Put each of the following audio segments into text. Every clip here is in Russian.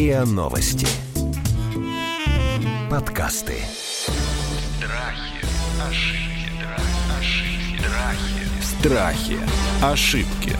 РИА Новости. Подкасты. Страхи. Ошибки.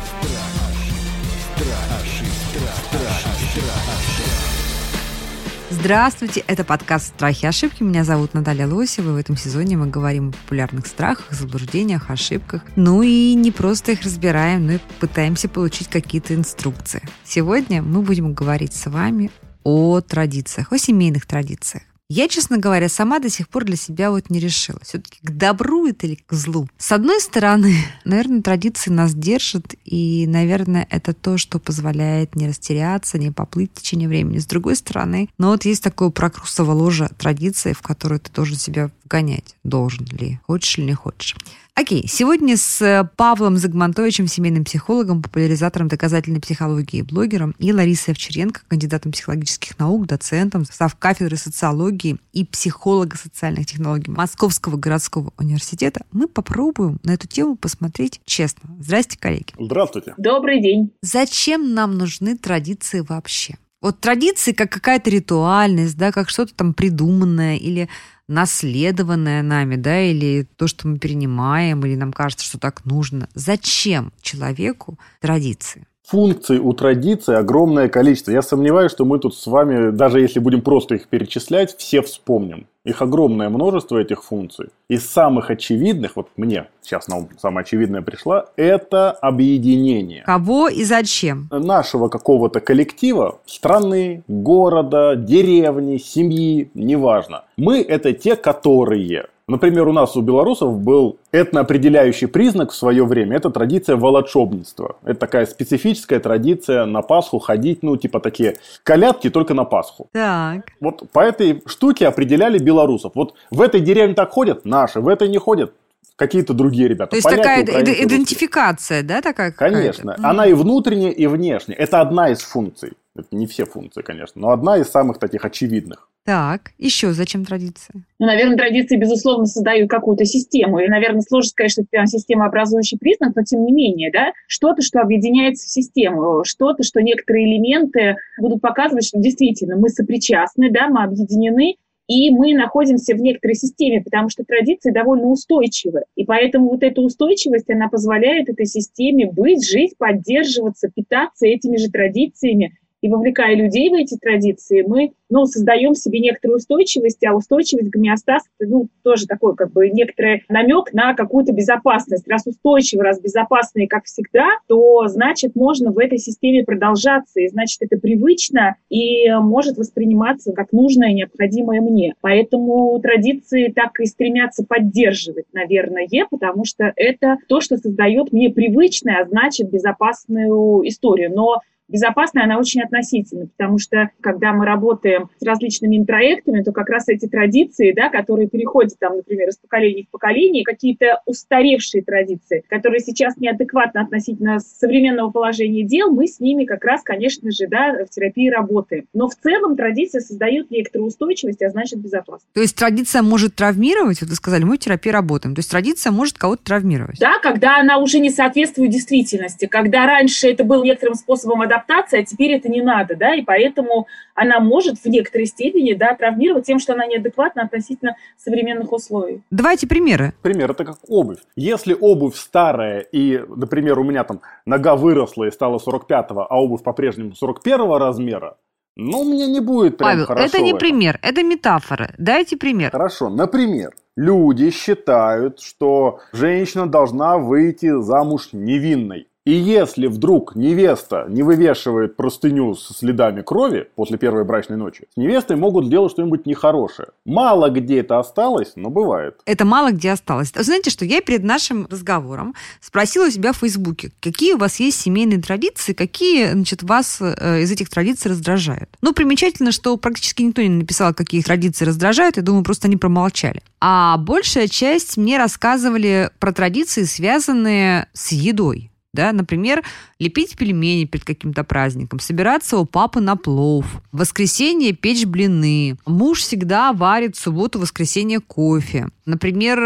Здравствуйте, это подкаст «Страхи и ошибки». Меня зовут Наталья Лосева, и в этом сезоне мы говорим о популярных страхах, заблуждениях, ошибках. Ну и не просто их разбираем, но и пытаемся получить какие-то инструкции. Сегодня мы будем говорить с вами о традициях, о семейных традициях. Я, честно говоря, сама до сих пор для себя не решила, все-таки к добру это или к злу. С одной стороны, наверное, традиции нас держат, и, наверное, это то, что позволяет не растеряться, не поплыть в течение времени. С другой стороны, есть такое прокрустово ложе традиции, в которую ты должен себя вгонять. Должен ли, хочешь или не хочешь. Окей, сегодня с Павлом Загмантовичем, семейным психологом, популяризатором доказательной психологии и блогером, и Ларисой Овчаренко, кандидатом психологических наук, доцентом, завкафедры социологии и психолого-социальных технологий Московского городского университета, мы попробуем на эту тему посмотреть честно. Здрасте, коллеги. Здравствуйте. Добрый день. Зачем нам нужны традиции вообще? Традиции как какая-то ритуальность, как что-то там придуманное или наследованное нами, или то, что мы перенимаем, или нам кажется, что так нужно. Зачем человеку традиции? Функций у традиций огромное количество. Я сомневаюсь, что мы тут с вами, даже если будем просто их перечислять, все вспомним. Их огромное множество, этих функций. Из самых очевидных, мне сейчас на ум самая очевидная пришла, это объединение. Кого и зачем? Нашего какого-то коллектива, страны, города, деревни, семьи, неважно. Мы это те, которые... Например, у нас у белорусов был этноопределяющий признак в свое время. Это традиция волочебничества. Это такая специфическая традиция на Пасху ходить, такие колядки только на Пасху. Так. По этой штуке определяли белорусов. В этой деревне так ходят наши, в этой не ходят какие-то другие ребята. То есть поляки, такая украинцы, идентификация, русские. Такая какая-то? Конечно. Она и внутренняя, и внешняя. Это одна из функций. Это не все функции, конечно, но одна из самых таких очевидных. Так, еще зачем традиции? Наверное, традиции, безусловно, создают какую-то систему. И, наверное, сложно сказать, что это прям системообразующий признак, но тем не менее, что-то, что объединяется в систему, что-то, что некоторые элементы будут показывать, что действительно мы сопричастны, мы объединены, и мы находимся в некоторой системе, потому что традиции довольно устойчивы. И поэтому эта устойчивость, она позволяет этой системе быть, жить, поддерживаться, питаться этими же традициями. И вовлекая людей в эти традиции, мы создаем себе некоторую устойчивость, а устойчивость, гомеостаз, тоже такой некоторый намек на какую-то безопасность. Раз устойчиво, раз безопасно и как всегда, то значит можно в этой системе продолжаться, и значит это привычно и может восприниматься как нужное, необходимое мне. Поэтому традиции так и стремятся поддерживать, наверное, потому что это то, что создает мне привычное, а значит безопасную историю. Но безопасная она очень относительна, потому что, когда мы работаем с различными проектами, то как раз эти традиции, которые переходят, например, из поколения в поколение, какие-то устаревшие традиции, которые сейчас неадекватно относительно современного положения дел, мы с ними как раз, конечно же, в терапии работаем. Но в целом традиция создает некоторую устойчивость, а значит безопасность. То есть традиция может травмировать? Вы сказали, мы в терапии работаем. То есть традиция может кого-то травмировать? Да, когда она уже не соответствует действительности, когда раньше это был некоторым способом адаптации, а теперь это не надо, и поэтому она может в некоторой степени, травмировать тем, что она неадекватна относительно современных условий. Давайте примеры. Пример – это как обувь. Если обувь старая и, например, у меня нога выросла и стала 45-го, а обувь по-прежнему 41-го размера, мне не будет прям Павел, хорошо. это не пример, это метафора. Дайте пример. Хорошо, например, люди считают, что женщина должна выйти замуж невинной. И если вдруг невеста не вывешивает простыню со следами крови после первой брачной ночи, с невестой могут сделать что-нибудь нехорошее. Мало где это осталось, но бывает. Это мало где осталось. Знаете что, я перед нашим разговором спросила у себя в Фейсбуке, какие у вас есть семейные традиции, какие, вас из этих традиций раздражают. Примечательно, что практически никто не написал, какие их традиции раздражают, я думаю, просто они промолчали. А большая часть мне рассказывали про традиции, связанные с едой. Например, лепить пельмени перед каким-то праздником, собираться у папы на плов, в воскресенье печь блины. Муж всегда варит в субботу-воскресенье кофе. Например,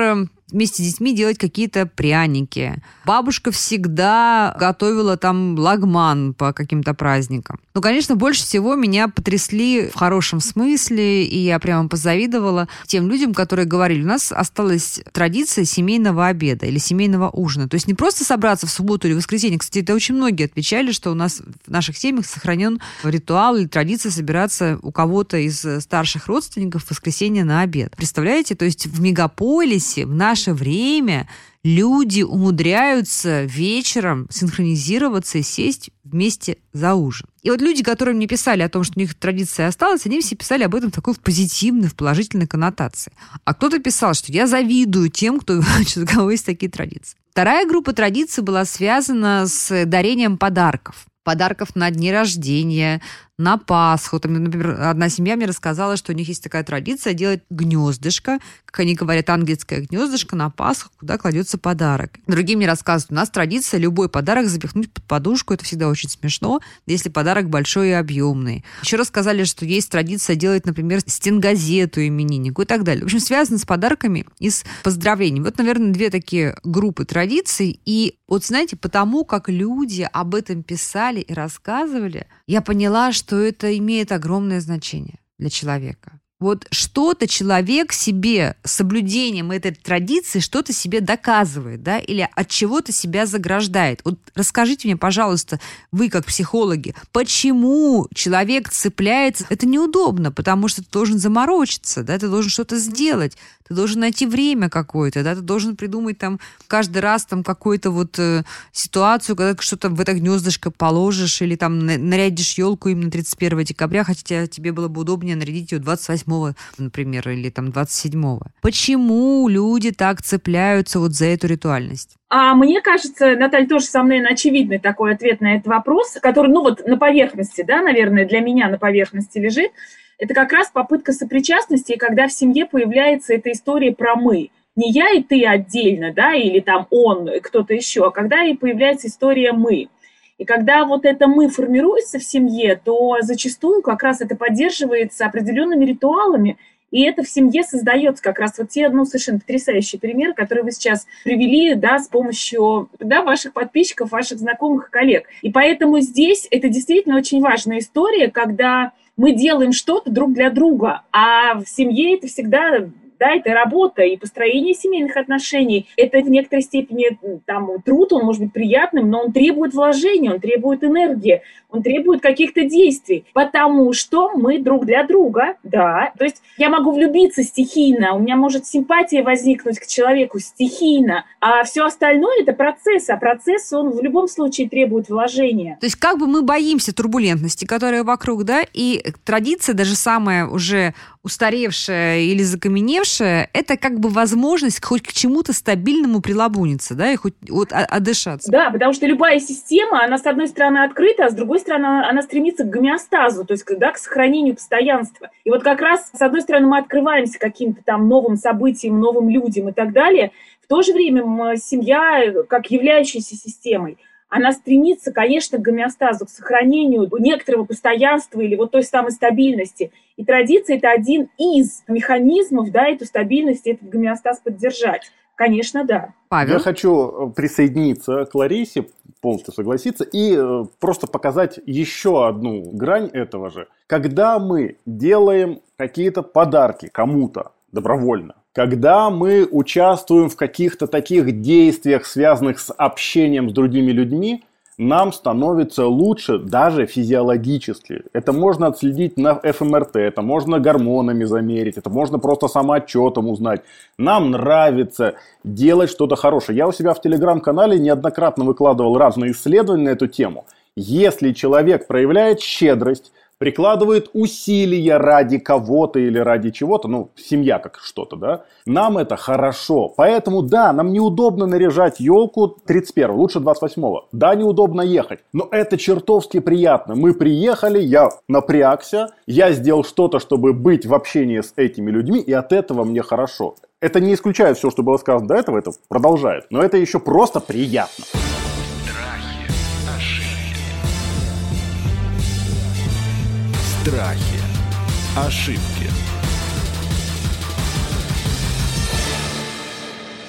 вместе с детьми делать какие-то пряники. Бабушка всегда готовила там лагман по каким-то праздникам. Ну, конечно, больше всего меня потрясли в хорошем смысле, и я прямо позавидовала тем людям, которые говорили, у нас осталась традиция семейного обеда или семейного ужина. То есть не просто собраться в субботу или воскресенье. Кстати, это очень многие отмечали, что у нас в наших семьях сохранен ритуал или традиция собираться у кого-то из старших родственников в воскресенье на обед. Представляете? То есть в мегаполисе в наше время люди умудряются вечером синхронизироваться и сесть вместе за ужин. И вот люди, которые мне писали о том, что у них традиция осталась, они все писали об этом в такой позитивной, в положительной коннотации. А кто-то писал, что я завидую тем, у кого есть такие традиции. Вторая группа традиций была связана с дарением подарков. Подарков на дни рождения, на Пасху. Там, например, одна семья мне рассказала, что у них есть такая традиция делать гнездышко, как они говорят, ангельское гнездышко на Пасху, куда кладется подарок. Другие мне рассказывают, у нас традиция любой подарок запихнуть под подушку. Это всегда очень смешно, если подарок большой и объемный. Еще рассказали, что есть традиция делать, например, стенгазету имениннику и так далее. В общем, связано с подарками и с поздравлениями. Вот, наверное, две такие группы традиций. И вот, знаете, потому как люди об этом писали и рассказывали, я поняла, что это имеет огромное значение для человека. Вот что-то человек себе с соблюдением этой традиции что-то себе доказывает, да, или от чего-то себя заграждает. Вот расскажите мне, пожалуйста, вы как психологи, почему человек цепляется? Это неудобно, потому что ты должен заморочиться, да, ты должен что-то сделать, ты должен найти время какое-то, да, ты должен придумать там каждый раз там какую-то вот ситуацию, когда что-то в это гнездышко положишь или там нарядишь елку именно 31 декабря, хотя тебе было бы удобнее нарядить ее 28, например, или там 27. Почему люди так цепляются вот за эту ритуальность? А мне кажется, Наталья, тоже со мной очевидный такой ответ на этот вопрос, который, ну вот на поверхности, да, наверное, для меня на поверхности лежит. Это как раз попытка сопричастности, когда в семье появляется эта история про «мы». Не я и ты отдельно, да, или там он, кто-то еще, а когда и появляется история «мы». И когда вот это «мы» формируется в семье, то зачастую как раз это поддерживается определенными ритуалами, и это в семье создается как раз вот те, совершенно потрясающие примеры, которые вы сейчас привели, да, с помощью, да, ваших подписчиков, ваших знакомых и коллег. И поэтому здесь это действительно очень важная история, когда мы делаем что-то друг для друга, а в семье это всегда, да, это работа и построение семейных отношений. Это в некоторой степени там труд, он может быть приятным, но он требует вложения, он требует энергии, он требует каких-то действий, потому что мы друг для друга, да. То есть я могу влюбиться стихийно, у меня может симпатия возникнуть к человеку стихийно, а все остальное – это процесс, а процесс, он в любом случае требует вложения. То есть как бы мы боимся турбулентности, которая вокруг, да, и традиция, даже самая уже устаревшая или закаменевшая, это как бы возможность хоть к чему-то стабильному прилабуниться, да, и хоть вот отдышаться. Да, потому что любая система, она с одной стороны открыта, а с другой стороны она стремится к гомеостазу, то есть, да, к сохранению постоянства. И вот как раз с одной стороны мы открываемся каким-то там новым событиям, новым людям и так далее, в то же время семья, как являющаяся системой, она стремится, конечно, к гомеостазу, к сохранению некоторого постоянства или вот той самой стабильности. И традиция – это один из механизмов, да, эту стабильность, этот гомеостаз поддержать. Конечно, да. Павел? Я хочу присоединиться к Ларисе, полностью согласиться, и просто показать еще одну грань этого же. Когда мы делаем какие-то подарки кому-то добровольно, когда мы участвуем в каких-то таких действиях, связанных с общением с другими людьми, нам становится лучше даже физиологически. Это можно отследить на ФМРТ, это можно гормонами замерить, это можно просто самоотчетом узнать. Нам нравится делать что-то хорошее. Я у себя в Телеграм-канале неоднократно выкладывал разные исследования на эту тему. Если человек проявляет щедрость, прикладывает усилия ради кого-то или ради чего-то, семья как что-то, да, нам это хорошо. Поэтому, да, нам неудобно наряжать елку 31-го, лучше 28-го. Да, неудобно ехать, но это чертовски приятно. Мы приехали, я напрягся, я сделал что-то, чтобы быть в общении с этими людьми, и от этого мне хорошо. Это не исключает все, что было сказано до этого, это продолжает, но это еще просто приятно. Страхи, ошибки.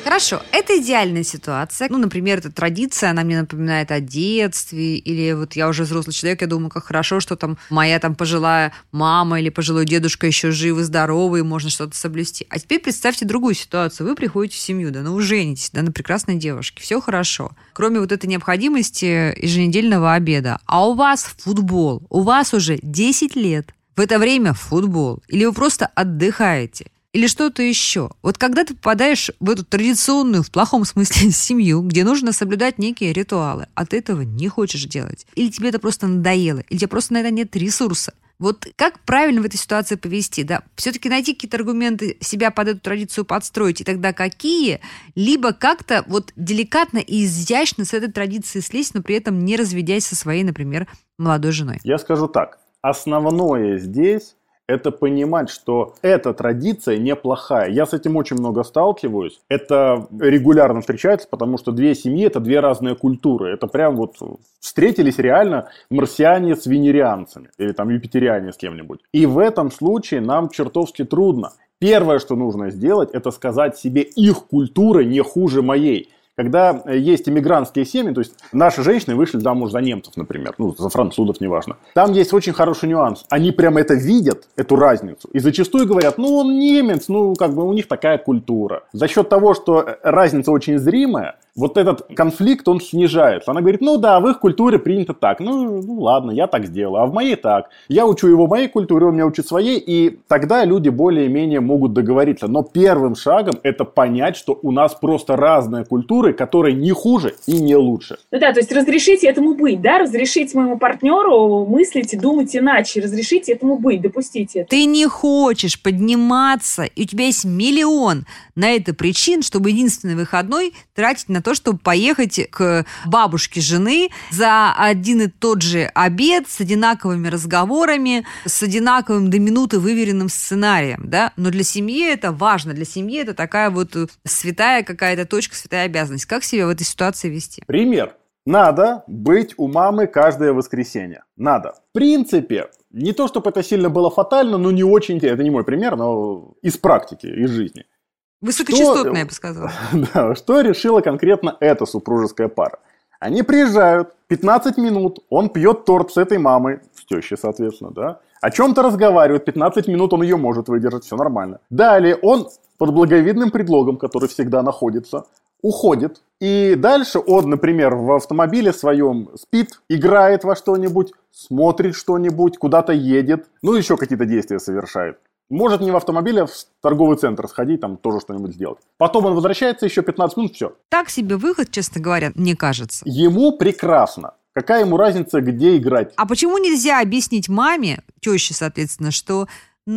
Хорошо, это идеальная ситуация. Например, эта традиция, она мне напоминает о детстве, или вот я уже взрослый человек, я думаю, как хорошо, что там моя там пожилая мама или пожилой дедушка еще живы, здоровы, и можно что-то соблюсти. А теперь представьте другую ситуацию. Вы приходите в семью, вы женитесь, на прекрасной девушке, все хорошо. Кроме вот этой необходимости еженедельного обеда. А у вас футбол, у вас уже 10 лет. В это время футбол. Или вы просто отдыхаете. Или что-то еще. Вот когда ты попадаешь в эту традиционную, в плохом смысле, семью, где нужно соблюдать некие ритуалы, а ты этого не хочешь делать, или тебе это просто надоело, или тебе просто на это нет ресурса. Вот как правильно в этой ситуации повести? Да? Все-таки найти какие-то аргументы, себя под эту традицию подстроить, и тогда какие? Либо как-то вот деликатно и изящно с этой традиции слезть, но при этом не разведясь со своей, например, молодой женой. Я скажу так. Основное здесь это понимать, что эта традиция неплохая. Я с этим очень много сталкиваюсь. Это регулярно встречается, потому что две семьи – это две разные культуры. Это прям вот встретились реально марсиане с венерианцами или там юпитериане с кем-нибудь. И в этом случае нам чертовски трудно. Первое, что нужно сделать, это сказать себе, их культура не хуже моей. Когда есть иммигрантские семьи, то есть наши женщины вышли замуж за немцев, например, за французов, неважно. Там есть очень хороший нюанс. Они прямо это видят, эту разницу, и зачастую говорят, он немец, у них такая культура. За счет того, что разница очень зримая, вот этот конфликт, он снижается. Она говорит, в их культуре принято так. Ладно, я так сделаю, а в моей так. Я учу его моей культуре, он меня учит своей, и тогда люди более-менее могут договориться. Но первым шагом это понять, что у нас просто разные культуры, которые не хуже и не лучше. То есть разрешите этому быть, да? Разрешите моему партнеру мыслить и думать иначе. Разрешите этому быть, допустите это. Ты не хочешь подниматься, и у тебя есть миллион на это причин, чтобы единственный выходной тратить на то, чтобы поехать к бабушке жены за один и тот же обед с одинаковыми разговорами, с одинаковым до минуты выверенным сценарием, да? Но для семьи это важно, для семьи это такая вот святая какая-то точка, святая обязанность. Как себя в этой ситуации вести? Пример. Надо быть у мамы каждое воскресенье. Надо. В принципе, не то, чтобы это сильно было фатально, но не очень... Это не мой пример, но из практики, из жизни. Высокочастотная, я бы сказала. Да, что решила конкретно эта супружеская пара? Они приезжают, 15 минут, он пьет торт с этой мамой, с тещей, соответственно, да. О чем-то разговаривают, 15 минут он ее может выдержать, все нормально. Далее он под благовидным предлогом, который всегда находится, уходит. И дальше он, например, в автомобиле своем спит, играет во что-нибудь, смотрит что-нибудь, куда-то едет, еще какие-то действия совершает. Может не в автомобиле, а в торговый центр сходить, там тоже что-нибудь сделать. Потом он возвращается, еще 15 минут, все. Так себе выход, честно говоря, мне кажется. Ему прекрасно. Какая ему разница, где играть? А почему нельзя объяснить маме, теще, соответственно, что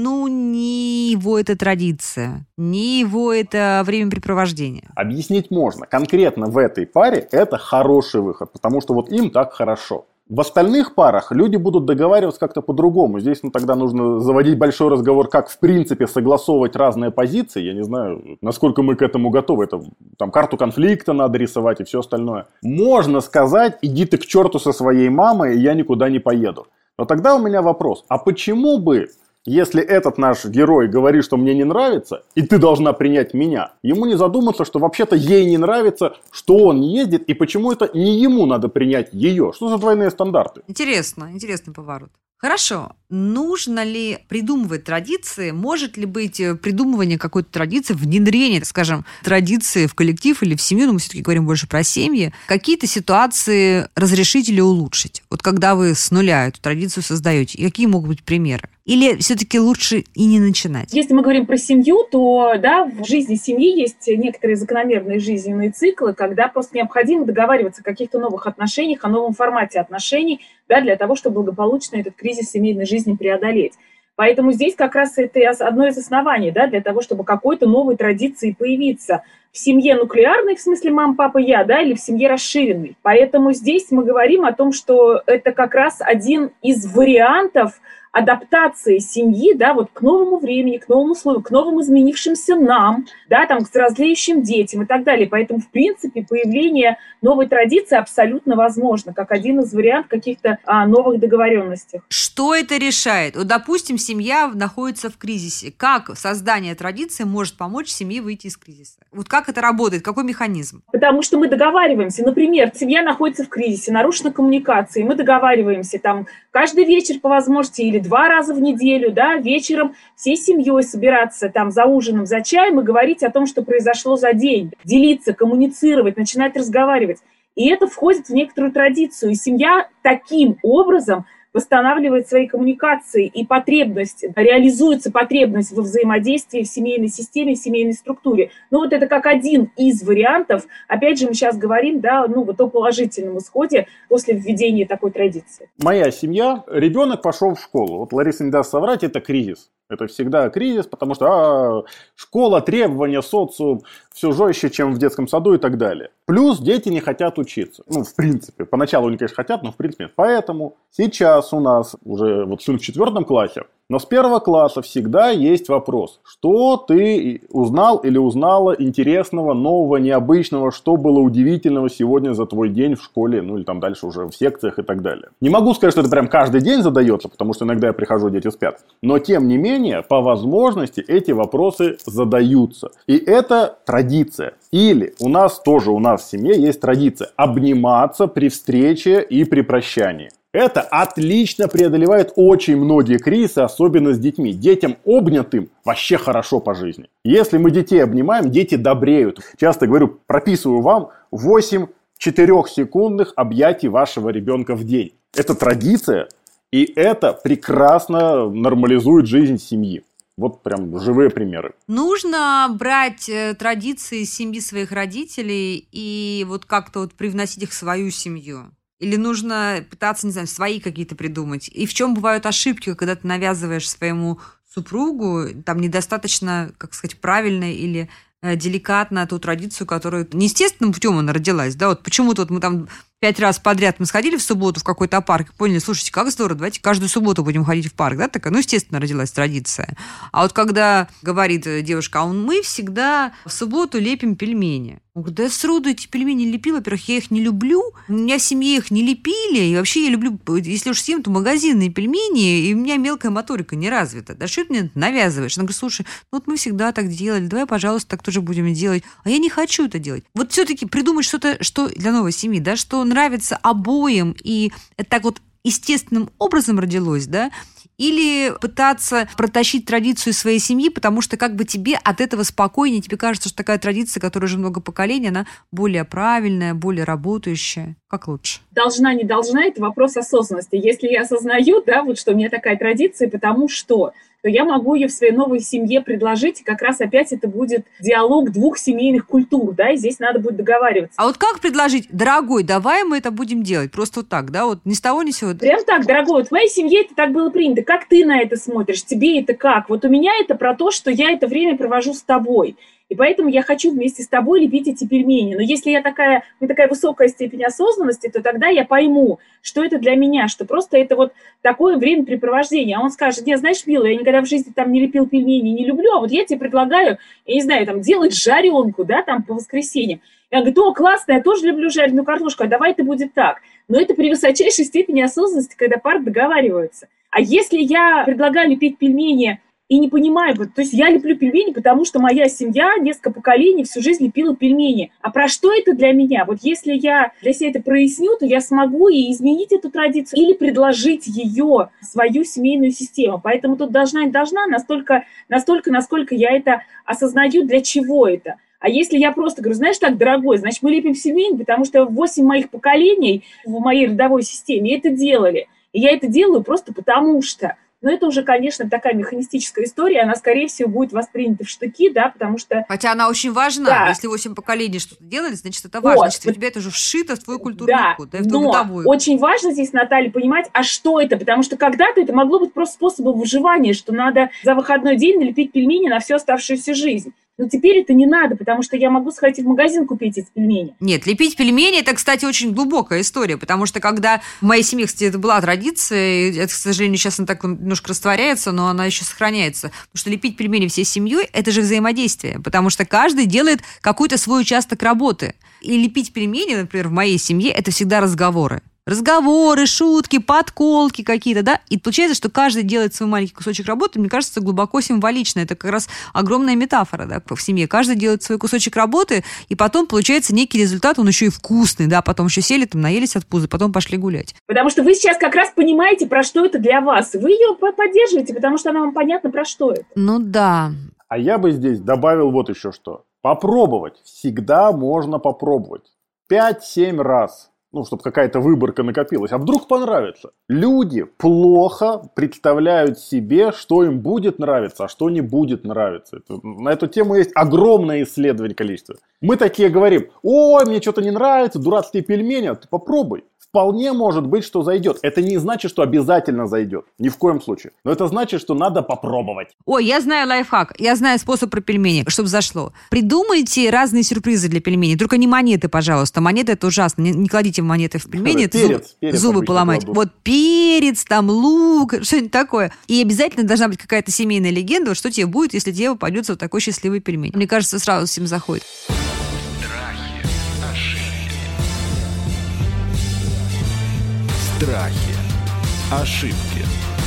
не его это традиция, не его это времяпрепровождение? Объяснить можно. Конкретно в этой паре это хороший выход, потому что вот им так хорошо. В остальных парах люди будут договариваться как-то по-другому. Здесь тогда нужно заводить большой разговор, как в принципе согласовывать разные позиции. Я не знаю, насколько мы к этому готовы. Это там карту конфликта надо рисовать и все остальное. Можно сказать, иди ты к черту со своей мамой, и я никуда не поеду. Но тогда у меня вопрос, а почему бы, если этот наш герой говорит, что мне не нравится, и ты должна принять меня, ему не задуматься, что вообще-то ей не нравится, что он не ездит, и почему это не ему надо принять ее? Что за двойные стандарты? Интересный поворот. Хорошо. Нужно ли придумывать традиции? Может ли быть придумывание какой-то традиции, внедрение, скажем, традиции в коллектив или в семью, но мы все-таки говорим больше про семьи, какие-то ситуации разрешить или улучшить? Вот когда вы с нуля эту традицию создаете, какие могут быть примеры? Или все-таки лучше и не начинать? Если мы говорим про семью, то в жизни семьи есть некоторые закономерные жизненные циклы, когда просто необходимо договариваться о каких-то новых отношениях, о новом формате отношений, для того, чтобы благополучно этот кризис семейной жизни преодолеть. Поэтому здесь как раз это одно из оснований, для того, чтобы какой-то новой традиции появиться. В семье нуклеарной, в смысле мама, папа, я, или в семье расширенной. Поэтому здесь мы говорим о том, что это как раз один из вариантов адаптации семьи, к новому времени, к новым условиям, к новым изменившимся нам, к взрослеющим детям и так далее. Поэтому, в принципе, появление новой традиции абсолютно возможно, как один из вариантов каких-то новых договоренностей. Что это решает? Вот, допустим, семья находится в кризисе. Как создание традиции может помочь семье выйти из кризиса? Вот как это работает? Какой механизм? Потому что мы договариваемся. Например, семья находится в кризисе, нарушена коммуникация, и мы договариваемся там каждый вечер по возможности или 2 раза в неделю, да, вечером всей семьей собираться там за ужином, за чаем и говорить о том, что произошло за день, делиться, коммуницировать, начинать разговаривать. И это входит в некоторую традицию. И семья таким образом восстанавливает свои коммуникации, и реализуется потребность во взаимодействии в семейной системе, в семейной структуре. Ну, вот это как один из вариантов. Опять же, мы сейчас говорим, да, вот о положительном исходе после введения такой традиции. Моя семья, ребенок пошел в школу. Вот Лариса не даст соврать, это кризис. Это всегда кризис, потому что школа, требования, социум, все жестче, чем в детском саду и так далее. Плюс дети не хотят учиться. Ну, в принципе. Поначалу они, конечно, хотят, но в принципе нет. Поэтому сейчас у нас уже вот сын в 4 классе, но с 1 класса всегда есть вопрос, что ты узнал или узнала интересного, нового, необычного, что было удивительного сегодня за твой день в школе, ну или там дальше уже в секциях и так далее. Не могу сказать, что это прям каждый день задается, потому что иногда я прихожу, дети спят. Но тем не менее, по возможности эти вопросы задаются. И это традиция. Или у нас в семье есть традиция обниматься при встрече и при прощании. Это отлично преодолевает очень многие кризисы, особенно с детьми. Детям обнятым вообще хорошо по жизни. Если мы детей обнимаем, дети добреют. Часто говорю, прописываю вам 8 4-секундных объятий вашего ребенка в день. Это традиция, и это прекрасно нормализует жизнь семьи. Вот прям живые примеры. Нужно брать традиции семьи своих родителей и вот как-то вот привносить их в свою семью. Или нужно пытаться, не знаю, свои какие-то придумать? И в чем бывают ошибки, когда ты навязываешь своему супругу там недостаточно, как сказать, правильно или деликатно ту традицию, которую неестественным путем она родилась, да, вот почему-то вот мы там 5 раз подряд мы сходили в субботу в какой-то парк и поняли, слушайте, как здорово, давайте каждую субботу будем ходить в парк, да, такая, ну, естественно, родилась традиция. А вот когда говорит девушка, мы всегда в субботу лепим пельмени. Он говорит, да я сроду эти пельмени не лепила, во-первых, я их не люблю, у меня в семье их не лепили, и вообще я люблю, если уж съем, то магазинные пельмени, и у меня мелкая моторика не развита. Да что ты мне навязываешь? Она говорит, слушай, ну вот мы всегда так делали, давай, пожалуйста, так тоже будем делать. А я не хочу это делать. Вот все-таки придумать что-то, что для новой семьи, да, что нравится обоим, и это так вот естественным образом родилось, да, или пытаться протащить традицию своей семьи, потому что как бы тебе от этого спокойнее, тебе кажется, что такая традиция, которая уже много поколений, она более правильная, более работающая. Как лучше? Должна, не должна, это вопрос осознанности. Если я осознаю, да, вот что у меня такая традиция, потому что, то я могу ее в своей новой семье предложить, и как раз опять это будет диалог 2 семейных культур, да, и здесь надо будет договариваться. А вот как предложить, дорогой, давай мы это будем делать, просто вот так, да, вот ни с того ни с сего. Прям так, дорогой, вот в моей семье это так было принято, как ты на это смотришь, тебе это как? Вот у меня это про то, что я это время провожу с тобой. И поэтому я хочу вместе с тобой лепить эти пельмени. Но если у меня такая высокая степень осознанности, то тогда я пойму, что это для меня, что просто это вот такое времяпрепровождение. А он скажет, нет, знаешь, милая, я никогда в жизни там не лепил пельмени, не люблю, а вот я тебе предлагаю, я не знаю, там делать жаренку, да, там по воскресеньям. Я говорю, о, классно, я тоже люблю жареную картошку, а давай это будет так. Но это при высочайшей степени осознанности, когда пары договариваются. А если я предлагаю лепить пельмени и не понимаю, то есть я леплю пельмени, потому что моя семья несколько поколений всю жизнь лепила пельмени. А про что это для меня? Вот если я для себя это проясню, то я смогу и изменить эту традицию или предложить ее в свою семейную систему. Поэтому тут должна настолько, насколько я это осознаю, для чего это. А если я просто говорю, знаешь, так, дорогой, значит, мы лепим пельмени, потому что 8 моих поколений в моей родовой системе это делали. И я это делаю просто потому что. Но это уже, конечно, такая механистическая история, она, скорее всего, будет воспринята в штыки, да, потому что... Хотя она очень важна. Да. Если 8 поколений что-то делали, значит, это важно. Значит, у тебя это уже вшито в твой культурный код, да, в твою бытовую. Очень важно здесь, Наталья, понимать, а что это? Потому что когда-то это могло быть просто способом выживания, что надо за выходной день налепить пельмени на всю оставшуюся жизнь. Но теперь это не надо, потому что я могу сходить в магазин купить эти пельмени. Нет, лепить пельмени – это, кстати, очень глубокая история, потому что когда в моей семье, кстати, это была традиция, и это, к сожалению, сейчас она так немножко растворяется, но она еще сохраняется, потому что лепить пельмени всей семьей – это же взаимодействие, потому что каждый делает какой-то свой участок работы. И лепить пельмени, например, в моей семье – это всегда разговоры. разговоры, шутки, подколки какие-то, да, и получается, что каждый делает свой маленький кусочек работы, мне кажется, глубоко символично. Это как раз огромная метафора, да, в семье. Каждый делает свой кусочек работы, и потом получается некий результат, он еще и вкусный, да, потом еще сели, там, наелись от пуза, потом пошли гулять. Потому что вы сейчас как раз понимаете, про что это для вас. Вы ее поддерживаете, потому что она вам понятна, про что это. Ну да. А я бы здесь добавил вот еще что. Попробовать. Всегда можно попробовать. 5-7 раз. Чтобы какая-то выборка накопилась. А вдруг понравится? Люди плохо представляют себе, что им будет нравиться, а что не будет нравиться. На эту тему есть огромное исследование количества. Мы такие говорим: ой, мне что-то не нравится, дурацкие пельмени. Ты попробуй. Вполне может быть, что зайдет. Это не значит, что обязательно зайдет. Ни в коем случае. Но это значит, что надо попробовать. Ой, я знаю лайфхак. Я знаю способ про пельмени, чтобы зашло. Придумайте разные сюрпризы для пельменей. Только не монеты, пожалуйста. Монеты — это ужасно. Не кладите монеты в пельмени. Перец зубы поломать. Кладу. Вот перец, там лук, что-нибудь такое. И обязательно должна быть какая-то семейная легенда, что тебе будет, если тебе попадется вот такой счастливый пельмень. Мне кажется, сразу всем заходит. Страхи, ошибки.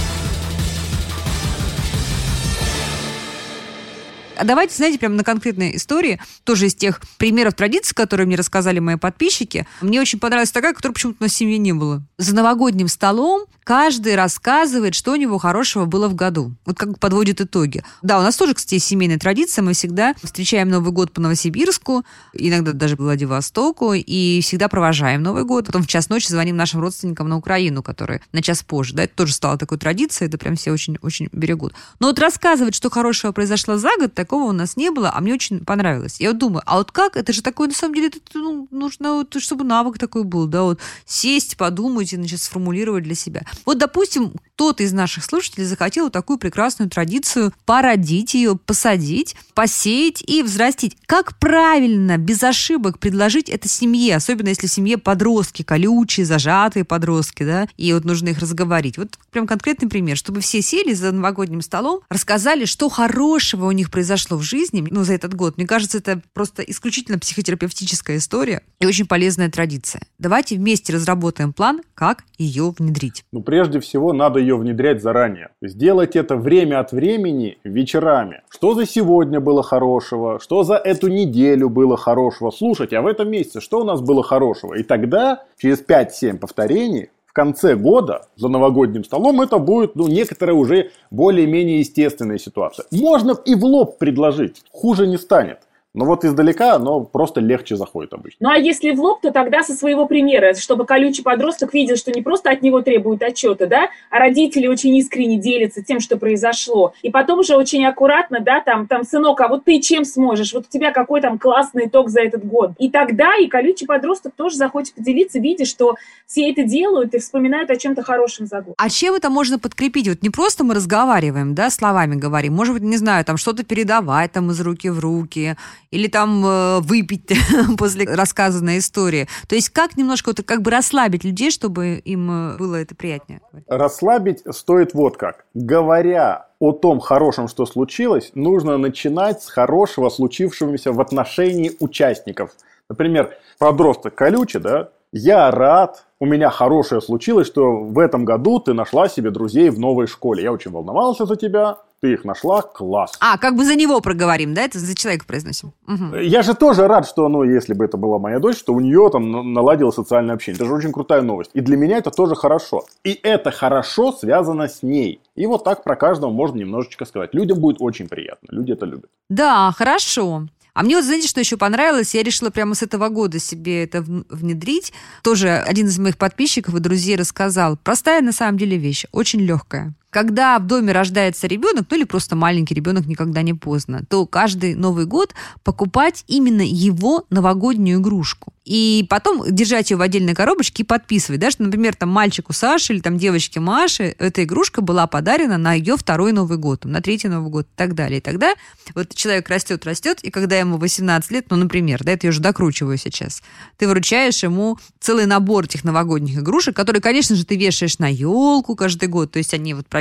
А давайте, знаете, прямо на конкретной истории, тоже из тех примеров традиций, которые мне рассказали мои подписчики. Мне очень понравилась такая, которой почему-то у нас в семье не было. За новогодним столом каждый рассказывает, что у него хорошего было в году. Вот как подводит итоги. Да, у нас тоже, кстати, есть семейная традиция. Мы всегда встречаем Новый год по Новосибирску, иногда даже по Владивостоку, и всегда провожаем Новый год. Потом в час ночи звоним нашим родственникам на Украину, которые на час позже. Да, это тоже стало такой традицией, это прям все очень-очень берегут. Но вот рассказывать, что хорошего произошло за год, такого у нас не было, а мне очень понравилось. Я вот думаю, а вот как? Это же такое, на самом деле, нужно, чтобы навык такой был, да, вот сесть, подумать и, значит, сформулировать для себя. Вот, допустим, кто-то из наших слушателей захотел вот такую прекрасную традицию породить ее, посадить, посеять и взрастить. Как правильно, без ошибок предложить это семье, особенно если в семье подростки, колючие, зажатые подростки, да, и вот нужно их разговорить. Вот прям конкретный пример, чтобы все сели за новогодним столом, рассказали, что хорошего у них произошло в жизни, за этот год. Мне кажется, это просто исключительно психотерапевтическая история и очень полезная традиция. Давайте вместе разработаем план, как ее внедрить. Прежде всего, надо ее внедрять заранее. Сделать это время от времени вечерами. Что за сегодня было хорошего, что за эту неделю было хорошего. Слушайте, а в этом месяце что у нас было хорошего? И тогда, через 5-7 повторений, в конце года за новогодним столом это будет, некоторая уже более-менее естественная ситуация. Можно и в лоб предложить, хуже не станет. Но вот издалека оно просто легче заходит обычно. Ну а если в лоб, то тогда со своего примера, чтобы колючий подросток видел, что не просто от него требуют отчета, да, а родители очень искренне делятся тем, что произошло. И потом уже очень аккуратно, да, там, сынок, а вот ты чем сможешь? Вот у тебя какой там классный итог за этот год? И тогда и колючий подросток тоже захочет поделиться, видя, что все это делают и вспоминают о чем-то хорошем за год. А чем это можно подкрепить? Вот не просто мы разговариваем, да, словами говорим. Может быть, не знаю, там что-то передавать там из руки в руки, или там выпить после рассказанной истории. То есть как немножко вот, как бы расслабить людей, чтобы им было это приятнее? Расслабить стоит вот как. Говоря о том хорошем, что случилось, нужно начинать с хорошего, случившегося в отношении участников. Например, подросток колючий, да? Я рад, у меня хорошее случилось, что в этом году ты нашла себе друзей в новой школе. Я очень волновался за тебя, ты их нашла, класс. Как бы за него проговорим, да? Это за человека произносим. Угу. Я же тоже рад, что, если бы это была моя дочь, что у нее там наладилось социальное общение. Это же очень крутая новость. И для меня это тоже хорошо. И это хорошо связано с ней. И вот так про каждого можно немножечко сказать. Людям будет очень приятно. Люди это любят. Да, хорошо. А мне вот, знаете, что еще понравилось? Я решила прямо с этого года себе это внедрить. Тоже один из моих подписчиков и друзей рассказал. Простая на самом деле вещь, очень легкая. Когда в доме рождается ребенок, или просто маленький ребенок, никогда не поздно, то каждый Новый год покупать именно его новогоднюю игрушку. И потом держать ее в отдельной коробочке и подписывать, да, что, например, там мальчику Саше или там девочке Маше эта игрушка была подарена на ее второй Новый год, на третий Новый год и так далее. И тогда вот человек растет, и когда ему 18 лет, например, да, это я уже докручиваю сейчас, ты вручаешь ему целый набор этих новогодних игрушек, которые, конечно же, ты вешаешь на елку каждый год, то есть они вот прописаны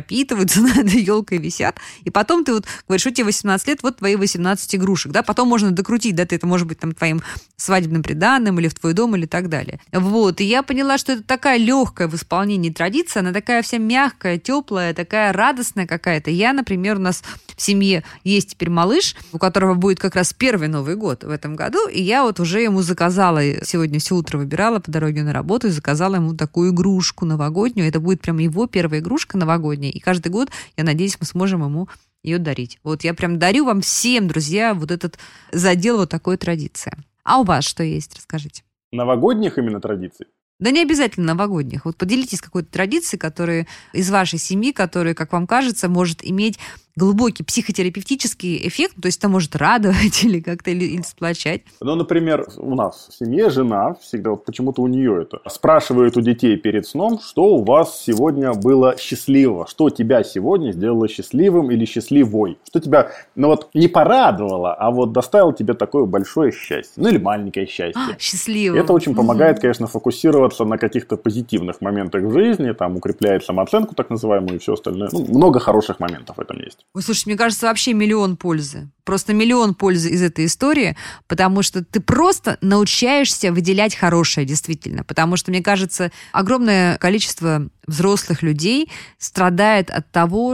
пропитываются, над елкой висят, и потом ты вот говоришь, что тебе 18 лет, вот твои 18 игрушек, да, потом можно докрутить, да, это может быть там твоим свадебным приданым или в твой дом или так далее. Вот, и я поняла, что это такая легкая в исполнении традиция, она такая вся мягкая, теплая, такая радостная какая-то. Я, например, у нас в семье есть теперь малыш, у которого будет как раз первый Новый год в этом году, и я вот уже ему заказала, сегодня все утро выбирала по дороге на работу и заказала ему такую игрушку новогоднюю. Это будет прям его первая игрушка новогодняя, и каждый год, я надеюсь, мы сможем ему ее дарить. Вот я прям дарю вам всем, друзья, вот этот задел вот такой традиции. А у вас что есть? Расскажите. Новогодних именно традиций? Да не обязательно новогодних. Вот поделитесь какой-то традицией, которая из вашей семьи, которая, как вам кажется, может иметь глубокий психотерапевтический эффект, то есть это может радовать или как-то или сплочать. Ну, например, у нас в семье жена, всегда вот почему-то у нее это, спрашивает у детей перед сном, что у вас сегодня было счастливого, что тебя сегодня сделало счастливым или счастливой, что тебя, ну вот, не порадовало, а вот доставило тебе такое большое счастье, ну или маленькое счастье. Счастливым. Это очень помогает, конечно, фокусироваться на каких-то позитивных моментах в жизни, там укрепляет самооценку так называемую и все остальное. Ну, много хороших моментов в этом есть. Ой, слушай, мне кажется, вообще миллион пользы. Просто миллион пользы из этой истории, потому что ты просто научаешься выделять хорошее, действительно. Потому что, мне кажется, огромное количество взрослых людей страдает от того,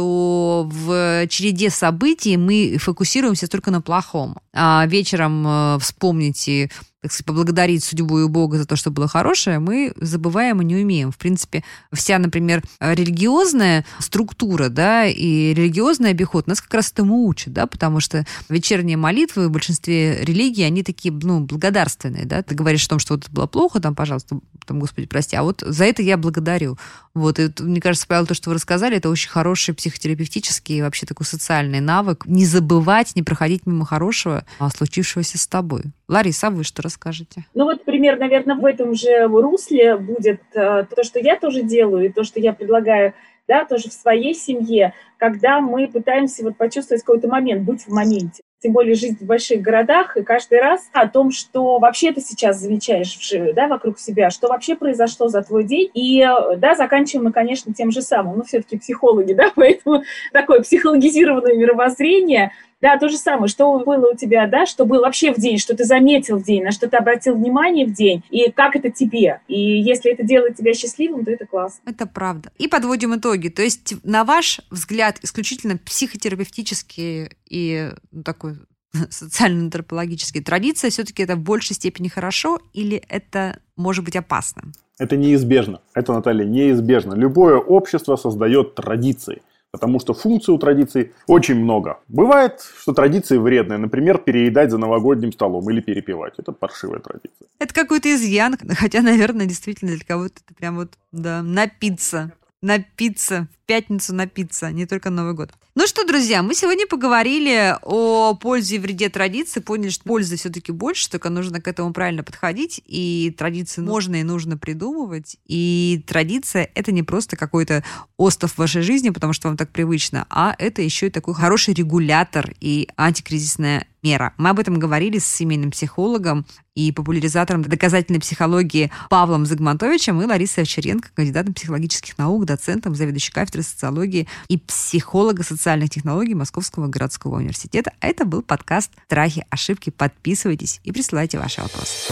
что в череде событий мы фокусируемся только на плохом. А вечером вспомнить и, так сказать, поблагодарить судьбу и Бога за то, что было хорошее, мы забываем и не умеем. В принципе, вся, например, религиозная структура, да, и религиозный обиход нас как раз этому учат, да, потому что вечерние молитвы в большинстве религий, они такие, ну, благодарственные, да. Ты говоришь о том, что вот это было плохо, там, пожалуйста, там, Господи, прости, а вот за это я благодарю. Вот, и мне кажется, Павел, то, что вы рассказали, это очень хороший психотерапевтический и вообще такой социальный навык. Не забывать, не проходить мимо хорошего, случившегося с тобой. Лариса, а вы что расскажете? Ну вот пример, наверное, в этом же русле будет то, что я тоже делаю, и то, что я предлагаю, да, тоже в своей семье, когда мы пытаемся вот почувствовать какой-то момент, быть в моменте. Тем более жизнь в больших городах, и каждый раз о том, что вообще ты сейчас замечаешь да, вокруг себя, что вообще произошло за твой день. И да, заканчиваем мы, конечно, тем же самым. Ну, все-таки психологи, да, поэтому такое психологизированное мировоззрение. Да, то же самое, что было у тебя, да, что было вообще в день, что ты заметил в день, на что ты обратил внимание в день, и как это тебе. И если это делает тебя счастливым, то это классно. Это правда. И подводим итоги. То есть, на ваш взгляд, исключительно психотерапевтические и такой социально-антропологические традиции, все-таки это в большей степени хорошо или это может быть опасно? Это неизбежно. Это, Наталья, неизбежно. Любое общество создает традиции. Потому что функций у традиций очень много. Бывает, что традиции вредные. Например, переедать за новогодним столом или перепевать. Это паршивая традиция. Это какой-то изъян. Хотя, наверное, действительно для кого-то это прям вот, да, напиться. Напиться. В пятницу напиться, не только Новый год. Ну что, друзья, мы сегодня поговорили о пользе и вреде традиций, поняли, что пользы все-таки больше, только нужно к этому правильно подходить, и традиции можно и нужно придумывать, и традиция – это не просто какой-то остов в вашей жизни, потому что вам так привычно, а это еще и такой хороший регулятор и антикризисная мера. Мы об этом говорили с семейным психологом и популяризатором доказательной психологии Павлом Загмантовичем и Ларисой Овчаренко, кандидатом психологических наук, доцентом, заведующей кафедрой социологии и психолого-социальных технологий Московского городского университета. А это был подкаст «Страхи, ошибки». Подписывайтесь и присылайте ваши вопросы.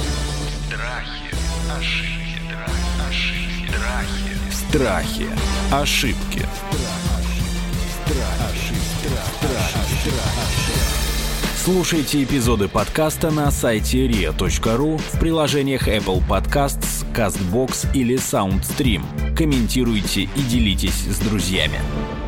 Страхи, ошибки. Слушайте эпизоды подкаста на сайте ria.ru, в приложениях Apple Podcasts, CastBox или SoundStream. Комментируйте и делитесь с друзьями.